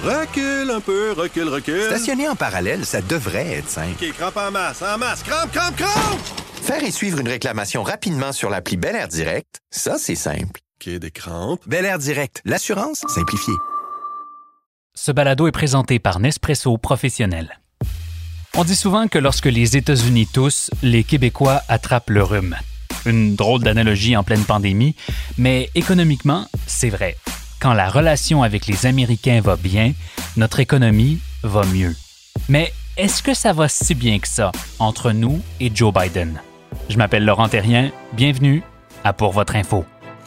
Recule un peu, recule. Stationner en parallèle, ça devrait être simple. OK, crampe en masse, crampe! Faire et suivre une réclamation rapidement sur l'appli Bel Air Direct, ça, c'est simple. OK, des crampes. Bel Air Direct, l'assurance simplifiée. Ce balado est présenté par Nespresso Professionnel. On dit souvent que lorsque les États-Unis toussent, les Québécois attrapent le rhume. Une drôle d'analogie en pleine pandémie, mais économiquement, c'est vrai. Quand la relation avec les Américains va bien, notre économie va mieux. Mais est-ce que ça va si bien que ça entre nous et Joe Biden? Je m'appelle Laurent Terrien, bienvenue à Pour votre info.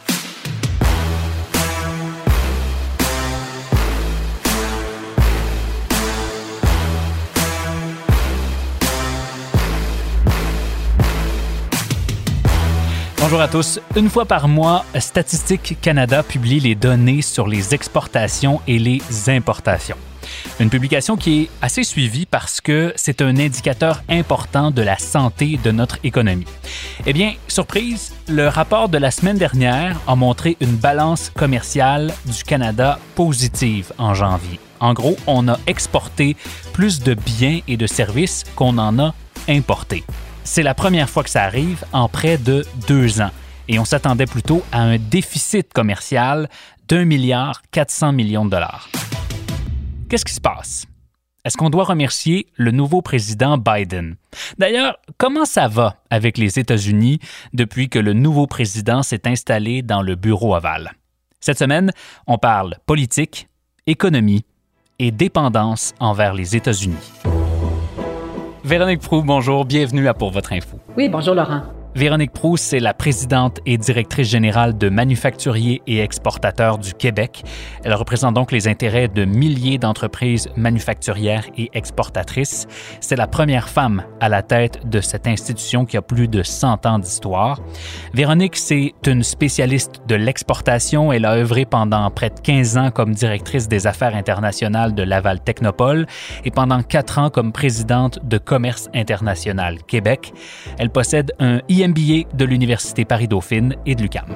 Bonjour à tous. Une fois par mois, Statistique Canada publie les données sur les exportations et les importations. Une publication qui est assez suivie parce que c'est un indicateur important de la santé de notre économie. Eh bien, surprise, le rapport de la semaine dernière a montré une balance commerciale du Canada positive en janvier. En gros, on a exporté plus de biens et de services qu'on en a importés. C'est la première fois que ça arrive en près de 2 ans et on s'attendait plutôt à un déficit commercial d'1,4 milliard de dollars. Qu'est-ce qui se passe? Est-ce qu'on doit remercier le nouveau président Biden? D'ailleurs, comment ça va avec les États-Unis depuis que le nouveau président s'est installé dans le bureau ovale? Cette semaine, on parle politique, économie et dépendance envers les États-Unis. Véronique Proulx, bonjour, bienvenue à Pour votre info. Oui, bonjour Laurent. Véronique Proulx, c'est la présidente et directrice générale de Manufacturiers et Exportateurs du Québec. Elle représente donc les intérêts de milliers d'entreprises manufacturières et exportatrices. C'est la première femme à la tête de cette institution qui a plus de 100 ans d'histoire. Véronique, c'est une spécialiste de l'exportation. Elle a œuvré pendant près de 15 ans comme directrice des affaires internationales de Laval Technopole et pendant 4 ans comme présidente de Commerce international Québec. Elle possède un MBA de l'Université Paris-Dauphine et de l'UQAM.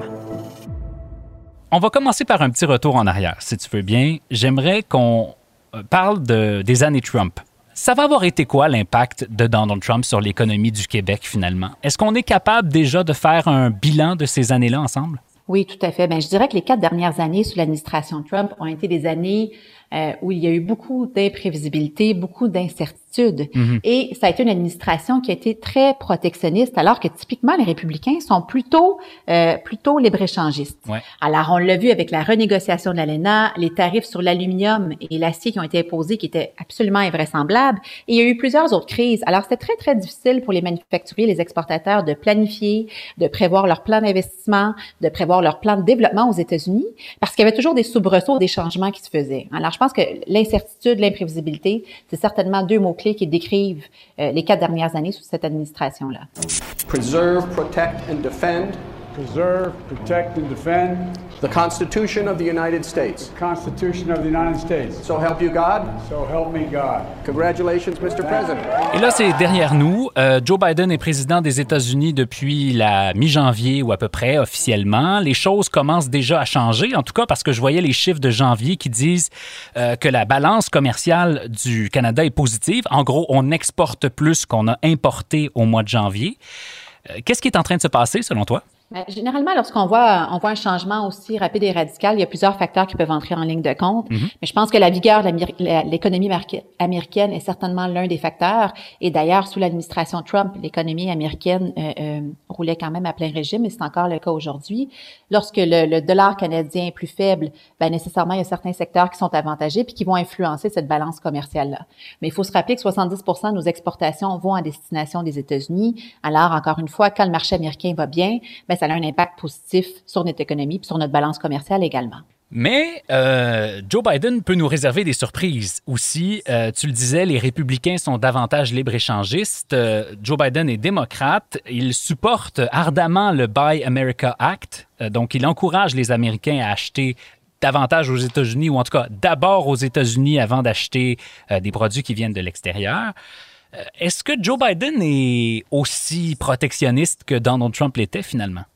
On va commencer par un petit retour en arrière, si tu veux bien. J'aimerais qu'on parle des années Trump. Ça va avoir été quoi l'impact de Donald Trump sur l'économie du Québec, finalement? Est-ce qu'on est capable déjà de faire un bilan de ces années-là ensemble? Oui, tout à fait. Bien, je dirais que les 4 dernières années sous l'administration Trump ont été des années où il y a eu beaucoup d'imprévisibilité, beaucoup d'incertitudes. Mm-hmm. Et ça a été une administration qui a été très protectionniste, alors que typiquement, les républicains sont plutôt libre-échangistes. Ouais. Alors, on l'a vu avec la renégociation de l'ALENA, les tarifs sur l'aluminium et l'acier qui ont été imposés, qui étaient absolument invraisemblables. Et il y a eu plusieurs autres crises. Alors, c'était très, très difficile pour les manufacturiers, les exportateurs de planifier, de prévoir leur plan d'investissement, de prévoir leur plan de développement aux États-Unis, parce qu'il y avait toujours des soubresauts, des changements qui se faisaient. Alors, je pense que l'incertitude, l'imprévisibilité, c'est certainement 2 mots-clés qui décrivent les 4 dernières années sous cette administration-là. Preserve, protect and defend. Preserve, protect and defend. The Constitution of the United States. The Constitution of the United States. So help you God. So help me God. Congratulations, Mr. President. Et là, c'est derrière nous. Joe Biden est président des États-Unis depuis la mi-janvier ou à peu près officiellement. Les choses commencent déjà à changer, en tout cas parce que je voyais les chiffres de janvier qui disent que la balance commerciale du Canada est positive. En gros, on exporte plus qu'on a importé au mois de janvier. Qu'est-ce qui est en train de se passer selon toi? Généralement, lorsqu'on voit un changement aussi rapide et radical, il y a plusieurs facteurs qui peuvent entrer en ligne de compte. Mm-hmm. Mais je pense que la vigueur de l'économie américaine est certainement l'un des facteurs. Et d'ailleurs, sous l'administration Trump, l'économie américaine roulait quand même à plein régime, et c'est encore le cas aujourd'hui. Lorsque le dollar canadien est plus faible, ben nécessairement, il y a certains secteurs qui sont avantagés puis qui vont influencer cette balance commerciale-là. Mais il faut se rappeler que 70% de nos exportations vont en destination des États-Unis. Alors, encore une fois, quand le marché américain va bien, ben ça a un impact positif sur notre économie et sur notre balance commerciale également. Mais Joe Biden peut nous réserver des surprises aussi. Tu le disais, les républicains sont davantage libre-échangistes. Joe Biden est démocrate. Il supporte ardemment le Buy America Act. Donc, il encourage les Américains à acheter davantage aux États-Unis, ou en tout cas d'abord aux États-Unis avant d'acheter des produits qui viennent de l'extérieur. Est-ce que Joe Biden est aussi protectionniste que Donald Trump l'était finalement?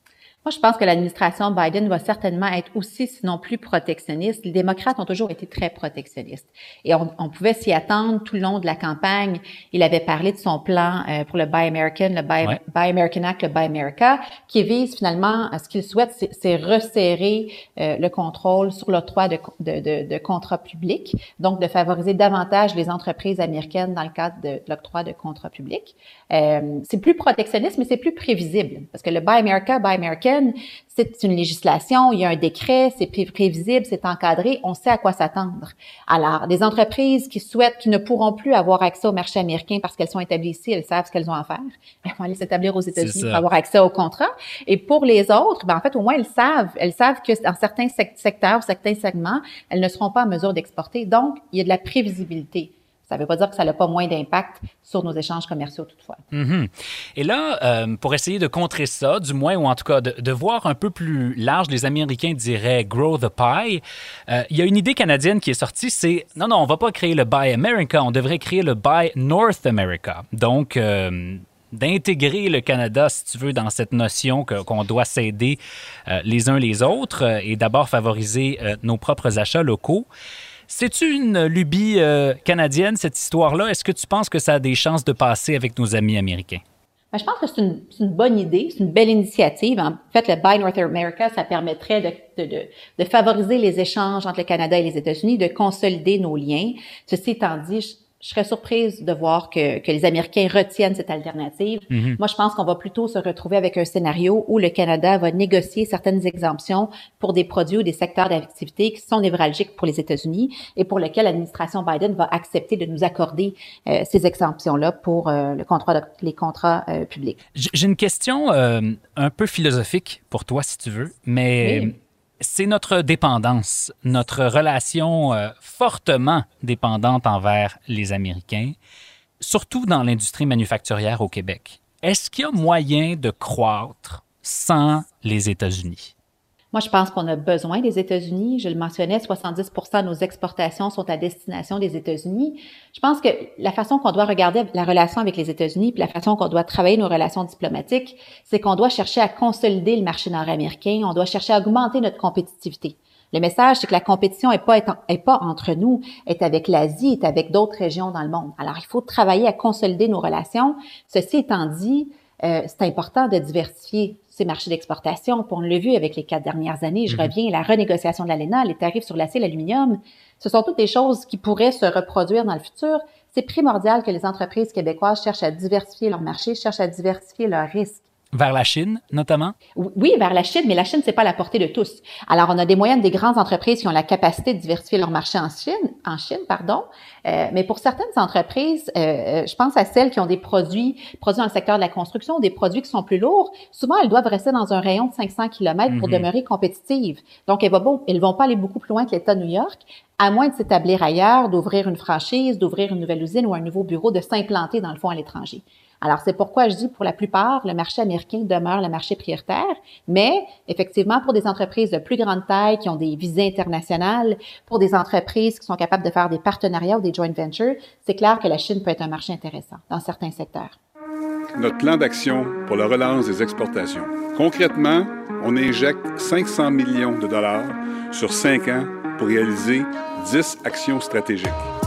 Moi, je pense que l'administration Biden va certainement être aussi, sinon plus protectionniste. Les démocrates ont toujours été très protectionnistes. Et on pouvait s'y attendre tout le long de la campagne. Il avait parlé de son plan pour le Buy American, le Buy American Act, le Buy America, qui vise finalement, ce qu'il souhaite, c'est resserrer le contrôle sur l'octroi de contrats publics, donc de favoriser davantage les entreprises américaines dans le cadre de l'octroi de contrats publics. C'est plus protectionniste, mais c'est plus prévisible, parce que le Buy America, Buy American, c'est une législation, il y a un décret, c'est prévisible, c'est encadré, on sait à quoi s'attendre. Alors, des entreprises qui ne pourront plus avoir accès au marché américain parce qu'elles sont établies ici, elles savent ce qu'elles ont à faire. Elles vont aller s'établir aux États-Unis pour avoir accès au contrat. Et pour les autres, en fait, au moins, elles savent que dans certains secteurs, certains segments, elles ne seront pas en mesure d'exporter. Donc, il y a de la prévisibilité. Ça ne veut pas dire que ça n'a pas moins d'impact sur nos échanges commerciaux toutefois. Mm-hmm. Et là, pour essayer de contrer ça, du moins, ou en tout cas de voir un peu plus large, les Américains diraient « grow the pie », il y a une idée canadienne qui est sortie, c'est « non, on ne va pas créer le Buy America, on devrait créer le Buy North America ». Donc, d'intégrer le Canada, si tu veux, dans cette notion qu'on doit s'aider les uns les autres et d'abord favoriser nos propres achats locaux. C'est-tu une lubie canadienne, cette histoire-là? Est-ce que tu penses que ça a des chances de passer avec nos amis américains? Ben, je pense que c'est une bonne idée, c'est une belle initiative. En fait, le Buy North America, ça permettrait de favoriser les échanges entre le Canada et les États-Unis, de consolider nos liens. Ceci étant dit, je serais surprise de voir que les Américains retiennent cette alternative. Mm-hmm. Moi, je pense qu'on va plutôt se retrouver avec un scénario où le Canada va négocier certaines exemptions pour des produits ou des secteurs d'activité qui sont névralgiques pour les États-Unis et pour lesquels l'administration Biden va accepter de nous accorder ces exemptions-là pour les contrats publics. J'ai une question un peu philosophique pour toi, si tu veux, mais... Oui. C'est notre dépendance, notre relation fortement dépendante envers les Américains, surtout dans l'industrie manufacturière au Québec. Est-ce qu'il y a moyen de croître sans les États-Unis? Moi, je pense qu'on a besoin des États-Unis. Je le mentionnais, 70% de nos exportations sont à destination des États-Unis. Je pense que la façon qu'on doit regarder la relation avec les États-Unis, puis la façon qu'on doit travailler nos relations diplomatiques, c'est qu'on doit chercher à consolider le marché nord-américain, on doit chercher à augmenter notre compétitivité. Le message, c'est que la compétition est pas entre nous, est avec l'Asie, est avec d'autres régions dans le monde. Alors, il faut travailler à consolider nos relations. Ceci étant dit, c'est important de diversifier ces marchés d'exportation. On l'a vu avec les 4 dernières années. Je reviens, la renégociation de l'ALENA, les tarifs sur l'acier et l'aluminium. Ce sont toutes des choses qui pourraient se reproduire dans le futur. C'est primordial que les entreprises québécoises cherchent à diversifier leur marché, cherchent à diversifier leurs risques. Vers la Chine, notamment? Oui, vers la Chine, mais la Chine, c'est pas à la portée de tous. Alors, on a des moyennes des grandes entreprises qui ont la capacité de diversifier leur marché en Chine, mais pour certaines entreprises, je pense à celles qui ont des produits dans le secteur de la construction, des produits qui sont plus lourds. Souvent, elles doivent rester dans un rayon de 500 km pour demeurer compétitives. Donc, elles vont pas aller beaucoup plus loin que l'État de New York, à moins de s'établir ailleurs, d'ouvrir une franchise, d'ouvrir une nouvelle usine ou un nouveau bureau, de s'implanter dans le fond à l'étranger. Alors, c'est pourquoi je dis, pour la plupart, le marché américain demeure le marché prioritaire, mais effectivement, pour des entreprises de plus grande taille qui ont des visées internationales, pour des entreprises qui sont capables de faire des partenariats ou des joint ventures, c'est clair que la Chine peut être un marché intéressant dans certains secteurs. Notre plan d'action pour la relance des exportations. Concrètement, on injecte 500 millions de dollars sur 5 ans pour réaliser 10 actions stratégiques.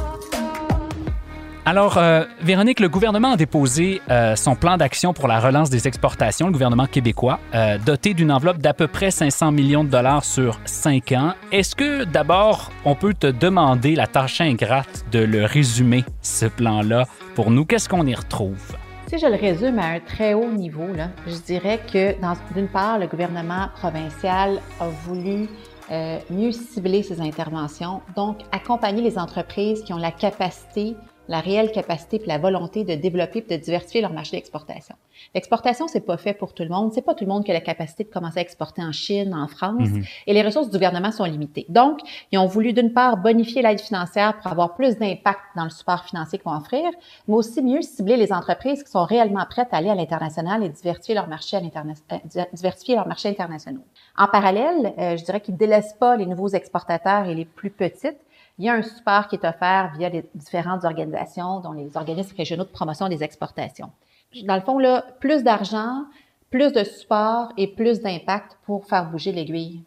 Alors, Véronique, le gouvernement a déposé son plan d'action pour la relance des exportations, le gouvernement québécois, doté d'une enveloppe d'à peu près 500 millions de dollars sur 5 ans. Est-ce que, d'abord, on peut te demander la tâche ingrate de le résumer, ce plan-là, pour nous? Qu'est-ce qu'on y retrouve? Si je le résume à un très haut niveau, là, je dirais que, d'une part, le gouvernement provincial a voulu mieux cibler ses interventions, donc accompagner les entreprises qui ont la réelle capacité et la volonté de développer et de diversifier leur marché d'exportation. L'exportation, c'est pas fait pour tout le monde. C'est pas tout le monde qui a la capacité de commencer à exporter en Chine, en France, et les ressources du gouvernement sont limitées. Donc, ils ont voulu, d'une part, bonifier l'aide financière pour avoir plus d'impact dans le support financier qu'ils vont offrir, mais aussi mieux cibler les entreprises qui sont réellement prêtes à aller à l'international et diversifier leurs marchés internationaux. En parallèle, je dirais qu'ils ne délaissent pas les nouveaux exportateurs et les plus petites. Il y a un support qui est offert via les différentes organisations, dont les organismes régionaux de promotion des exportations. Dans le fond, là, plus d'argent, plus de support et plus d'impact pour faire bouger l'aiguille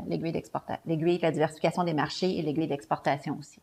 de la diversification des marchés et l'aiguille d'exportation aussi.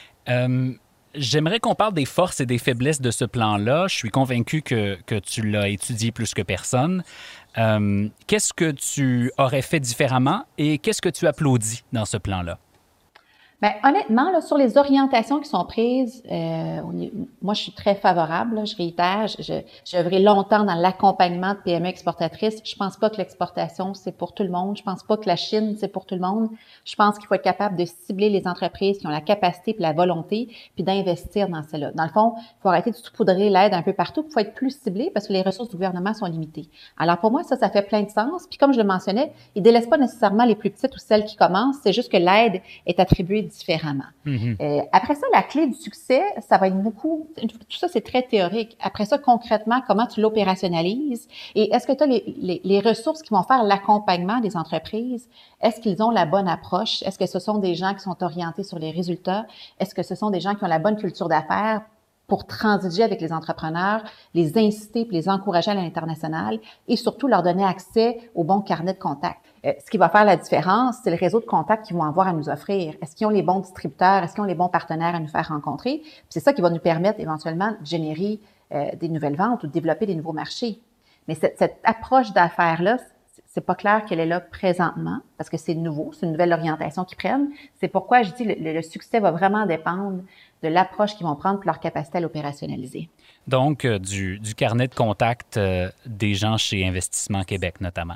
J'aimerais qu'on parle des forces et des faiblesses de ce plan-là. Je suis convaincu que tu l'as étudié plus que personne. Qu'est-ce que tu aurais fait différemment et qu'est-ce que tu applaudis dans ce plan-là? Bien, honnêtement, là, sur les orientations qui sont prises, moi, je suis très favorable. Là, je réitère, j'ai œuvré longtemps dans l'accompagnement de PME exportatrices. Je pense pas que l'exportation, c'est pour tout le monde. Je pense pas que la Chine, c'est pour tout le monde. Je pense qu'il faut être capable de cibler les entreprises qui ont la capacité et la volonté, puis d'investir dans cela. Dans le fond, il faut arrêter de saupoudrer l'aide un peu partout. Il faut être plus ciblé parce que les ressources du gouvernement sont limitées. Alors, pour moi, ça fait plein de sens. Puis comme je le mentionnais, ils ne délaissent pas nécessairement les plus petites ou celles qui commencent. C'est juste que l'aide est attribuée différemment. Après ça, la clé du succès, ça va être beaucoup, tout ça c'est très théorique. Après ça, concrètement, comment tu l'opérationnalises et est-ce que tu as les ressources qui vont faire l'accompagnement des entreprises? Est-ce qu'ils ont la bonne approche? Est-ce que ce sont des gens qui sont orientés sur les résultats? Est-ce que ce sont des gens qui ont la bonne culture d'affaires pour transiger avec les entrepreneurs, les inciter puis les encourager à l'international et surtout leur donner accès au bon carnet de contacts? Ce qui va faire la différence, c'est le réseau de contacts qu'ils vont avoir à nous offrir. Est-ce qu'ils ont les bons distributeurs? Est-ce qu'ils ont les bons partenaires à nous faire rencontrer? Puis c'est ça qui va nous permettre éventuellement de générer des nouvelles ventes ou de développer des nouveaux marchés. Mais cette approche d'affaires-là, c'est pas clair qu'elle est là présentement parce que c'est nouveau, c'est une nouvelle orientation qu'ils prennent. C'est pourquoi je dis le succès va vraiment dépendre de l'approche qu'ils vont prendre pour leur capacité à l'opérationnaliser. Donc, du carnet de contact des gens chez Investissement Québec notamment.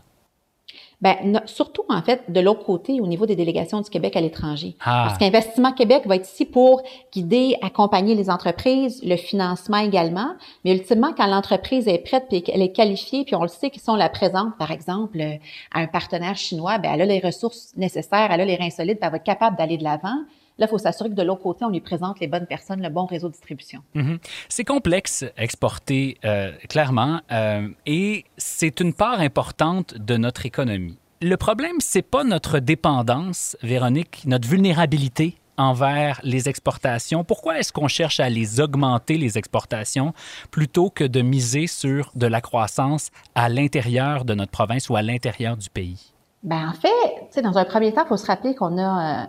Bien, surtout, en fait, de l'autre côté, au niveau des délégations du Québec à l'étranger. Ah. Parce qu'Investissement Québec va être ici pour guider, accompagner les entreprises, le financement également. Mais ultimement, quand l'entreprise est prête puis qu'elle est qualifiée, puis on le sait qu'ils sont la présente, par exemple, à un partenaire chinois, bien, elle a les ressources nécessaires, elle a les reins solides, puis elle va être capable d'aller de l'avant. Là, il faut s'assurer que de l'autre côté, on lui présente les bonnes personnes, le bon réseau de distribution. Mm-hmm. C'est complexe, exporter, clairement, et c'est une part importante de notre économie. Le problème, c'est pas notre dépendance, Véronique, notre vulnérabilité envers les exportations. Pourquoi est-ce qu'on cherche à les augmenter, les exportations, plutôt que de miser sur de la croissance à l'intérieur de notre province ou à l'intérieur du pays? Ben en fait, tu sais, dans un premier temps, il faut se rappeler qu'on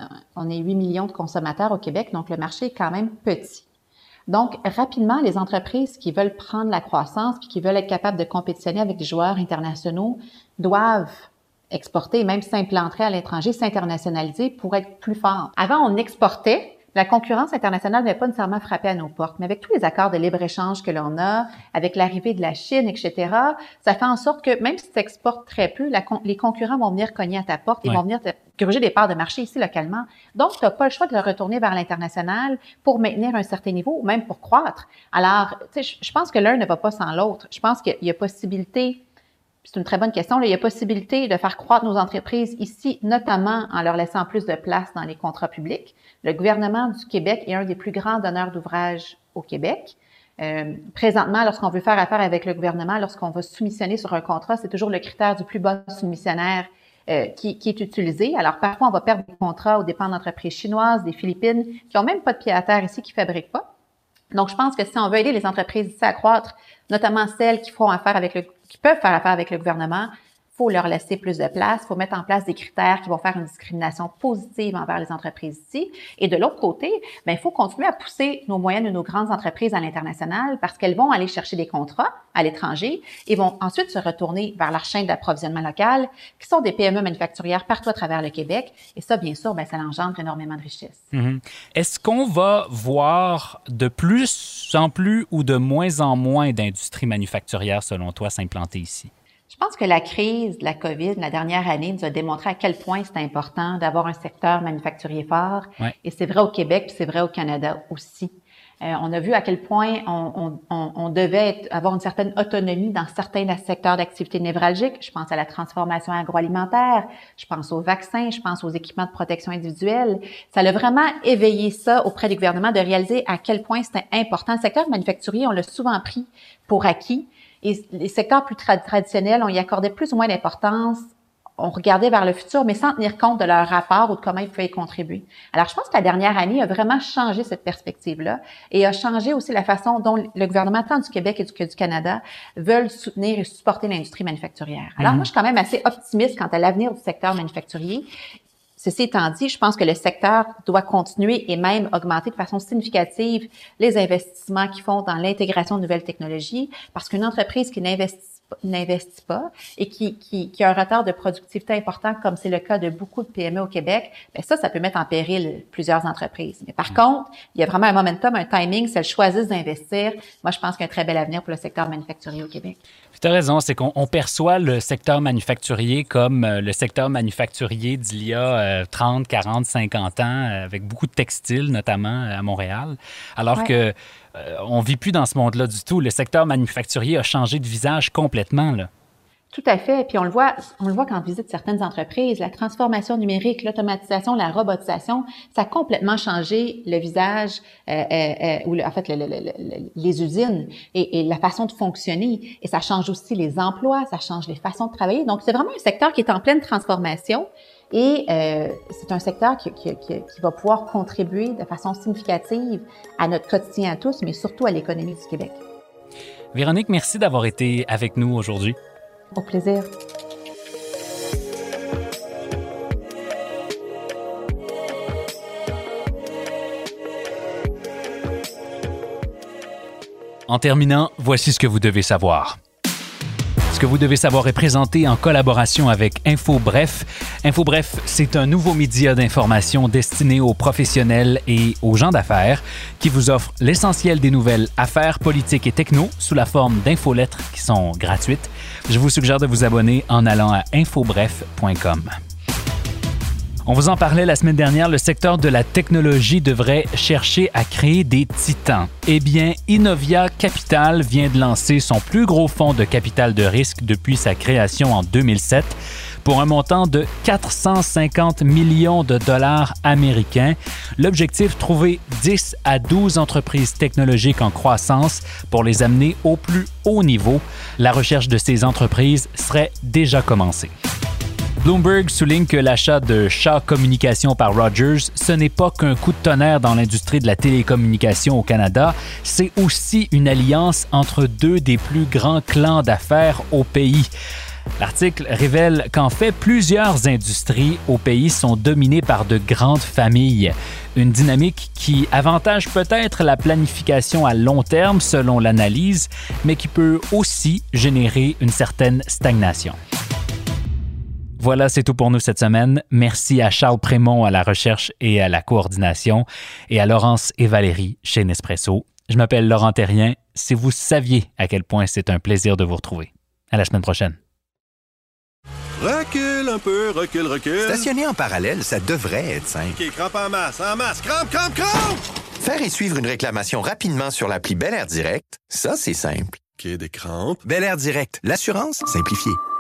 est 8 millions de consommateurs au Québec, donc le marché est quand même petit. Donc, rapidement, les entreprises qui veulent prendre la croissance puis qui veulent être capables de compétitionner avec des joueurs internationaux doivent exporter, même s'implanter à l'étranger, s'internationaliser pour être plus forts. Avant, on exportait. La concurrence internationale n'avait pas nécessairement frappé à nos portes, mais avec tous les accords de libre-échange que l'on a, avec l'arrivée de la Chine, etc., ça fait en sorte que même si tu exportes très peu, les concurrents vont venir cogner à ta porte, ils vont venir te gruger des parts de marché ici localement. Donc, tu n'as pas le choix de le retourner vers l'international pour maintenir un certain niveau ou même pour croître. Alors, tu sais, je pense que l'un ne va pas sans l'autre. Je pense qu'il y a possibilité. C'est une très bonne question. Là, il y a possibilité de faire croître nos entreprises ici, notamment en leur laissant plus de place dans les contrats publics. Le gouvernement du Québec est un des plus grands donneurs d'ouvrages au Québec. Présentement, lorsqu'on veut faire affaire avec le gouvernement, lorsqu'on va soumissionner sur un contrat, c'est toujours le critère du plus bas soumissionnaire qui est utilisé. Alors, parfois, on va perdre des contrats aux dépens d'entreprises chinoises, des Philippines, qui ont même pas de pied à terre ici, qui fabriquent pas. Donc, je pense que si on veut aider les entreprises ici à croître, notamment celles qui peuvent faire affaire avec le gouvernement, il faut leur laisser plus de place, il faut mettre en place des critères qui vont faire une discrimination positive envers les entreprises ici. Et de l'autre côté, bien, il faut continuer à pousser nos moyennes et nos grandes entreprises à l'international parce qu'elles vont aller chercher des contrats à l'étranger et vont ensuite se retourner vers leur chaîne d'approvisionnement local, qui sont des PME manufacturières partout à travers le Québec. Et ça, bien sûr, bien, ça engendre énormément de richesses. Mm-hmm. Est-ce qu'on va voir de plus en plus ou de moins en moins d'industries manufacturières, selon toi, s'implanter ici? Je pense que la crise de la COVID, la dernière année, nous a démontré à quel point c'est important d'avoir un secteur manufacturier fort. Ouais. Et c'est vrai au Québec, puis c'est vrai au Canada aussi. On a vu à quel point on devait avoir une certaine autonomie dans certains secteurs d'activité névralgiques. Je pense à la transformation agroalimentaire, je pense aux vaccins, je pense aux équipements de protection individuelle. Ça a vraiment éveillé ça auprès du gouvernement de réaliser à quel point c'était important. Le secteur manufacturier, on l'a souvent pris pour acquis. Et les secteurs plus traditionnels, on y accordait plus ou moins d'importance. on regardait vers le futur, mais sans tenir compte de leur rapport ou de comment ils pouvaient y contribuer. Alors, je pense que la dernière année a vraiment changé cette perspective-là et a changé aussi la façon dont le gouvernement, tant du Québec que du Canada, veulent soutenir et supporter l'industrie manufacturière. Alors, moi, je suis quand même assez optimiste quant à l'avenir du secteur manufacturier. Ceci étant dit, je pense que le secteur doit continuer et même augmenter de façon significative les investissements qu'ils font dans l'intégration de nouvelles technologies, parce qu'une entreprise qui n'investit pas et qui a un retard de productivité important, comme c'est le cas de beaucoup de PME au Québec, bien ça peut mettre en péril plusieurs entreprises. Mais par contre, il y a vraiment un momentum, un timing, si elles choisissent d'investir. Moi, je pense qu'il y a un très bel avenir pour le secteur manufacturier au Québec. Tu as raison, c'est qu'on perçoit le secteur manufacturier comme le secteur manufacturier d'il y a 30, 40, 50 ans, avec beaucoup de textiles, notamment à Montréal, alors que on ne vit plus dans ce monde-là du tout. Le secteur manufacturier a changé de visage complètement, là. Tout à fait. Puis on le voit quand on visite certaines entreprises. La transformation numérique, l'automatisation, la robotisation, ça a complètement changé le visage, les usines et la façon de fonctionner. Et ça change aussi les emplois, ça change les façons de travailler. Donc, c'est vraiment un secteur qui est en pleine transformation. Et c'est un secteur qui va pouvoir contribuer de façon significative à notre quotidien à tous, mais surtout à l'économie du Québec. Véronique, merci d'avoir été avec nous aujourd'hui. Au plaisir. En terminant, voici ce que vous devez savoir. Ce que vous devez savoir est présenté en collaboration avec InfoBref. InfoBref, c'est un nouveau média d'information destiné aux professionnels et aux gens d'affaires qui vous offre l'essentiel des nouvelles affaires, politiques et techno sous la forme d'infolettres qui sont gratuites. Je vous suggère de vous abonner en allant à infobref.com. On vous en parlait la semaine dernière, le secteur de la technologie devrait chercher à créer des titans. Eh bien, Innovia Capital vient de lancer son plus gros fonds de capital de risque depuis sa création en 2007 pour un montant de 450 millions de dollars américains. L'objectif, trouver 10 à 12 entreprises technologiques en croissance pour les amener au plus haut niveau. La recherche de ces entreprises serait déjà commencée. Bloomberg souligne que l'achat de Shaw Communications par Rogers, ce n'est pas qu'un coup de tonnerre dans l'industrie de la télécommunication au Canada, c'est aussi une alliance entre deux des plus grands clans d'affaires au pays. L'article révèle qu'en fait, plusieurs industries au pays sont dominées par de grandes familles. Une dynamique qui avantage peut-être la planification à long terme selon l'analyse, mais qui peut aussi générer une certaine stagnation. Voilà, c'est tout pour nous cette semaine. Merci à Charles Prémont à la recherche et à la coordination et à Laurence et Valérie chez Nespresso. Je m'appelle Laurent Terrien. Si vous saviez à quel point c'est un plaisir de vous retrouver. À la semaine prochaine. Recule un peu, recule. Stationner en parallèle, ça devrait être simple. OK, crampe en masse, crampe! Faire et suivre une réclamation rapidement sur l'appli Bel Air Direct, ça, c'est simple. OK, des crampes. Bel Air Direct, l'assurance simplifiée.